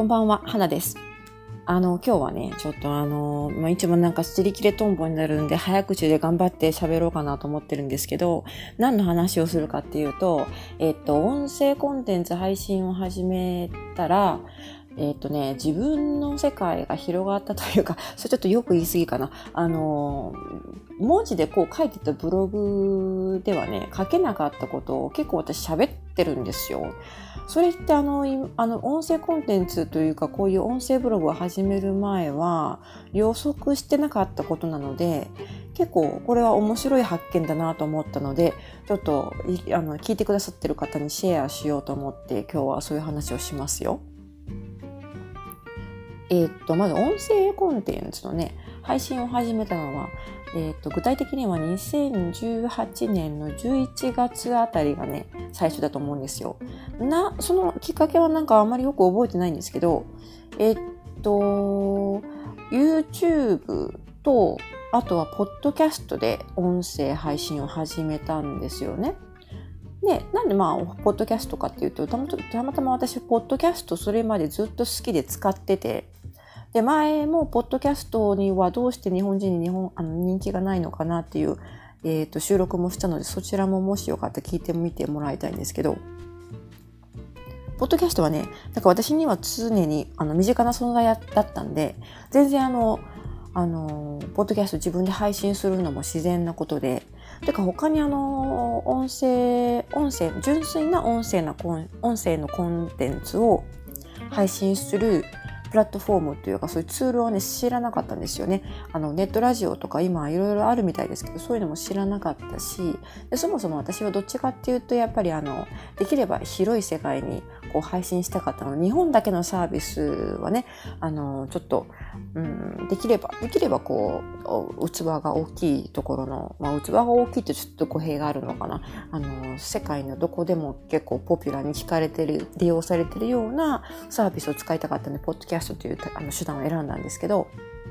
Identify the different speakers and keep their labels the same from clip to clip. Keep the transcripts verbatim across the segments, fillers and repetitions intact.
Speaker 1: こんばんは、花です。あの、今日はね、ちょっとあの、まあ、一番なんかすり切れトンボになるんで、早口で頑張って喋ろうかなと思ってるんですけど、何の話をするかっていうと、えっと、音声コンテンツ配信を始めたら、えっとね、自分の世界が広がったというか、それちょっとよく言い過ぎかな。あの、文字でこう書いてたブログではね、書けなかったことを結構私喋ってるんですよ。それってあの、あの音声コンテンツというか、こういう音声ブログを始める前は予測してなかったことなので、結構これは面白い発見だなと思ったので、ちょっとあの聞いてくださってる方にシェアしようと思って、今日はそういう話をしますよ。えー、っとまず音声コンテンツのね配信を始めたのは、えー、っと具体的にはにせんじゅうはちねんのじゅういちがつあたりがね最初だと思うんですよ。なそのきっかけはなんかあまりよく覚えてないんですけど、えー、っと YouTube とあとはポッドキャストで音声配信を始めたんですよね。で、なんでまあ、ポッドキャストかっていうと、たまたまたま私、ポッドキャストそれまでずっと好きで使ってて、で、前も、ポッドキャストにはどうして日本人に日本あの人気がないのかなっていう、えっと、収録もしたので、そちらももしよかったら聞いてみてもらいたいんですけど、ポッドキャストはね、なんか私には常にあの身近な存在だったんで、全然あの、あの、ポッドキャスト自分で配信するのも自然なことで、てか他にあの、音声、音声、純粋な音声なコン、音声のコンテンツを配信するプラットフォームというかそういうツールをね知らなかったんですよね。あのネットラジオとか今いろいろあるみたいですけど、そういうのも知らなかったし、でそもそも私はどっちかっていうとやっぱりあのできれば広い世界にこう配信したかったので、日本だけのサービスはねあのちょっと、うん、できればできればこう器が大きいところの、まあ、器が大きいってちょっと語弊があるのかな、あの世界のどこでも結構ポピュラーに聞かれてる利用されてるようなサービスを使いたかったので、ポッドキャストというあの手段を選んだんですけど、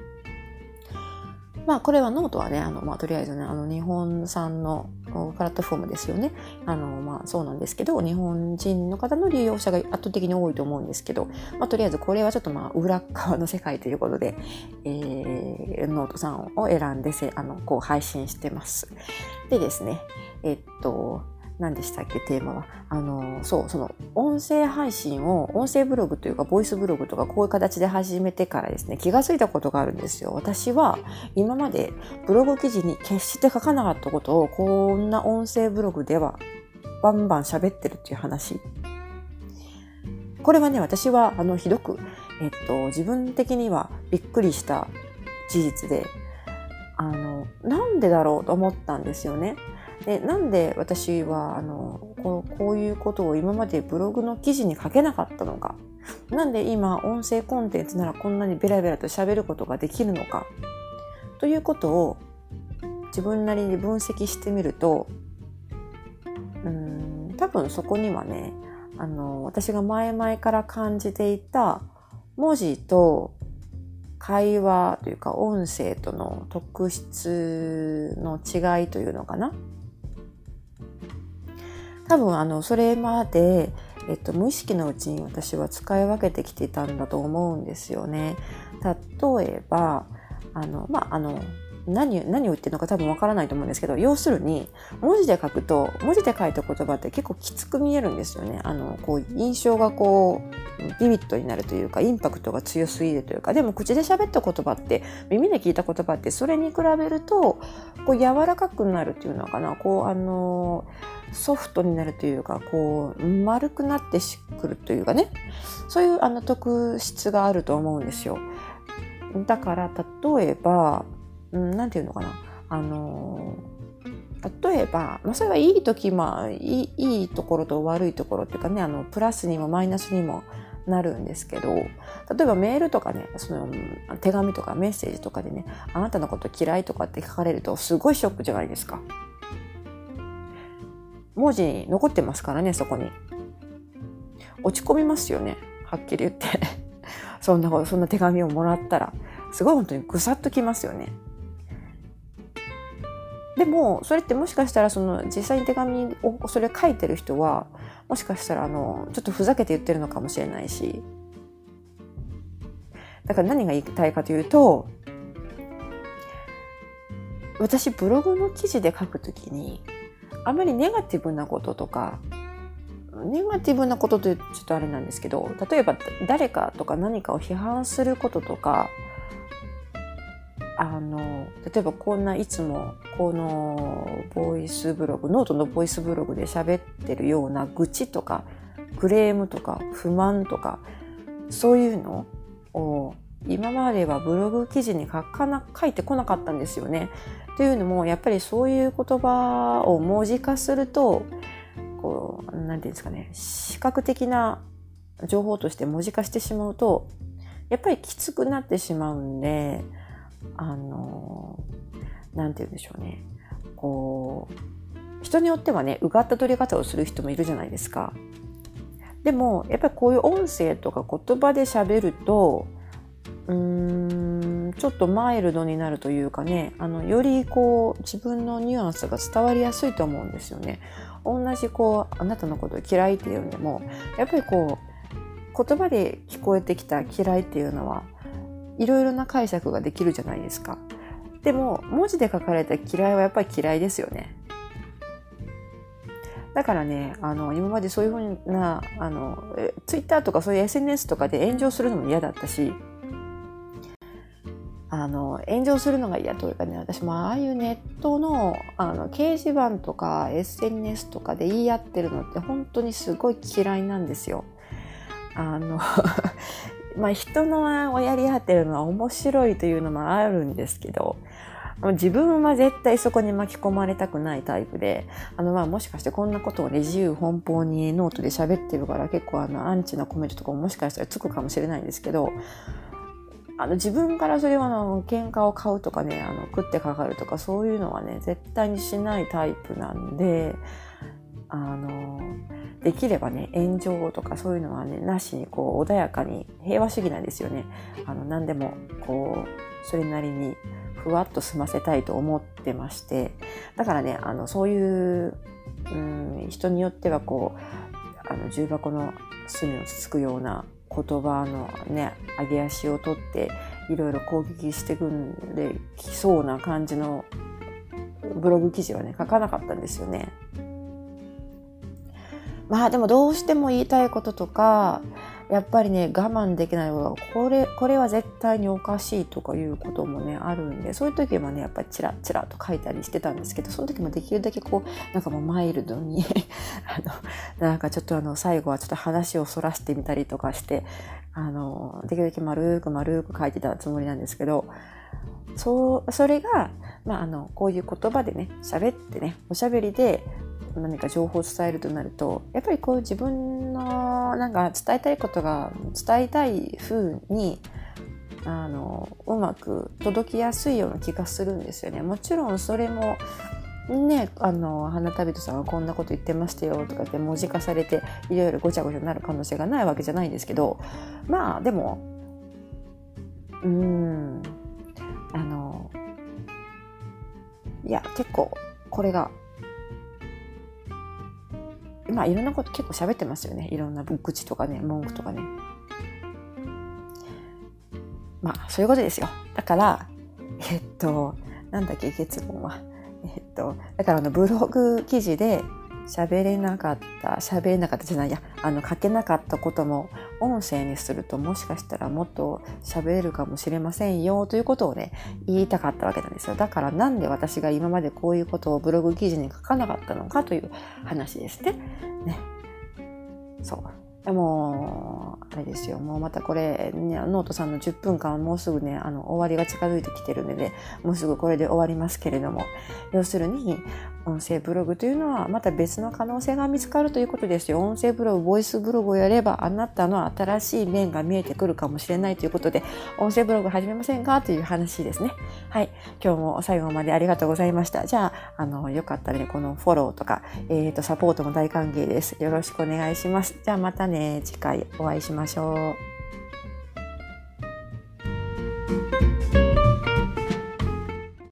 Speaker 1: まあこれはノートはね、あのまあとりあえずね、あの日本産のプラットフォームですよね。あのまあそうなんですけど、日本人の方の利用者が圧倒的に多いと思うんですけど、まあとりあえずこれはちょっとまあ裏側の世界ということで、えー、ノートさんを選んでせあのこう配信してます。でですね、えっと。何でしたっけテーマは。あの、そう、その音声配信を、音声ブログというか、ボイスブログとか、こういう形で始めてからですね、気がついたことがあるんですよ。私は、今までブログ記事に決して書かなかったことを、こんな音声ブログでは、バンバン喋ってるっていう話。これはね、私は、あの、ひどく、えっと、自分的にはびっくりした事実で、あの、なんでだろうと思ったんですよね。でなんで私はあのこう、こういうことを今までブログの記事に書けなかったのか、なんで今音声コンテンツならこんなにベラベラと喋ることができるのかということを自分なりに分析してみると、うーん多分そこにはね、あの私が前々から感じていた文字と会話というか音声との特質の違いというのかな。多分あのそれまで、えっと、無意識のうちに私は使い分けてきていたんだと思うんですよね。例えばあの、まあ、あの何何を言ってるのか多分わからないと思うんですけど、要するに文字で書くと文字で書いた言葉って結構きつく見えるんですよね。あのこう印象がこうビビッドになるというか、インパクトが強すぎるというか、でも口で喋った言葉って耳で聞いた言葉ってそれに比べるとこう柔らかくなるっていうのかな、こうあのソフトになるというか、こう丸くなってくるというかね、そういうあの特質があると思うんですよ。だから例えば、うん、なんていうのかな、あの例えば、まあ、それはいい時、まあいい、いいところと悪いところっていうかね、あのプラスにもマイナスにもなるんですけど、例えばメールとかね、その手紙とかメッセージとかでね、あなたのこと嫌いとかって書かれるとすごいショックじゃないですか。文字に残ってますからね、そこに。落ち込みますよね、はっきり言って。そんな、そんな手紙をもらったら、すごい本当にぐさっときますよね。でも、それってもしかしたら、その実際に手紙をそれ書いてる人は、もしかしたら、あの、ちょっとふざけて言ってるのかもしれないし、 だから何が言いたいかというと、私ブログの記事で書くときにあまりネガティブなこととか、ネガティブなことというとちょっとあれなんですけど、例えば誰かとか何かを批判することとか、あの例えばこんないつもこのボイスブログ、ノートのボイスブログで喋ってるような愚痴とかクレームとか不満とか、そういうのを今まではブログ記事に書かな書いてこなかったんですよね。というのもやっぱりそういう言葉を文字化すると、こうなんていうんですかね、視覚的な情報として文字化してしまうとやっぱりきつくなってしまうんで、あのなんていうんでしょうね、こう人によってはね、うがった取り方をする人もいるじゃないですか。でもやっぱりこういう音声とか言葉で喋ると、うーんちょっとマイルドになるというかね、あのよりこう自分のニュアンスが伝わりやすいと思うんですよね。同じこうあなたのことを嫌いっていうのでも、やっぱりこう言葉で聞こえてきた嫌いっていうのはいろいろな解釈ができるじゃないですか。でも文字で書かれた嫌いはやっぱり嫌いですよね。だからね、あの今までそういうふうなあのツイッターとかそういう エスエヌエス とかで炎上するのも嫌だったし、あの炎上するのが嫌というかね、私もああいうネットの、あの掲示板とか エスエヌエス とかで言い合ってるのって本当にすごい嫌いなんですよ。あのまあ人のやり合ってるのは面白いというのもあるんですけど、自分は絶対そこに巻き込まれたくないタイプで、あのまあもしかしてこんなことをね自由奔放にノートで喋ってるから結構あのアンチなコメントとかももしかしたらつくかもしれないんですけど、あの自分からそれはあの喧嘩を買うとかね、あの食ってかかるとかそういうのはね絶対にしないタイプなんで、あのできればね炎上とかそういうのはねなしにこう穏やかに平和主義なんですよね。あの何でもこうそれなりにふわっと済ませたいと思ってまして、だからねあのそういう、うん、人によってはこうあの重箱の隅をつつくような言葉のね上げ足を取っていろいろ攻撃してくんできそうな感じのブログ記事はね書かなかったんですよね。まあでもどうしても言いたいこととか、やっぱりね我慢できないことがこれこれは絶対におかしいとかいうこともねあるんで、そういう時はねやっぱりチラチラと書いたりしてたんですけど、その時もできるだけこうなんかもうマイルドにあのなんかちょっとあの最後はちょっと話をそらしてみたりとかして、あのできるだけ丸く丸く書いてたつもりなんですけど、そうそれがまああのこういう言葉でね喋ってねおしゃべりで何か情報を伝えるとなると、やっぱりこう自分のなんか伝えたいことが伝えたい風にあのうまく届きやすいような気がするんですよね。もちろんそれもね、あの花旅人さんはこんなこと言ってましたよとかって文字化されていろいろごちゃごちゃになる可能性がないわけじゃないんですけど、まあでもうーんあのいや結構これがまあいろんなこと結構喋ってますよね。いろんな愚痴とかね文句とかね。まあそういうことですよ。だからえっとなんだっけ結論はえっとだからあのブログ記事で喋れなかった喋れなかったじゃないやあの書けなかったことも音声にするともしかしたらもっと喋れるかもしれませんよということをね言いたかったわけなんですよ。だからなんで私が今までこういうことをブログ記事に書かなかったのかという話ですね。ね、そうでもあれですよ、もうまたこれ、ね、ノートさんのじゅっぷんかんもうすぐねあの終わりが近づいてきてるので、もうすぐこれで終わりますけれども、要するに音声ブログというのはまた別の可能性が見つかるということですよ。音声ブログボイスブログをやればあなたの新しい面が見えてくるかもしれないということで、音声ブログ始めませんかという話ですね。はい、今日も最後までありがとうございました。じゃあ、あのよかったらねこのフォローとか、えーと、サポートも大歓迎です。よろしくお願いします。じゃあまたね次回お会いしましょう。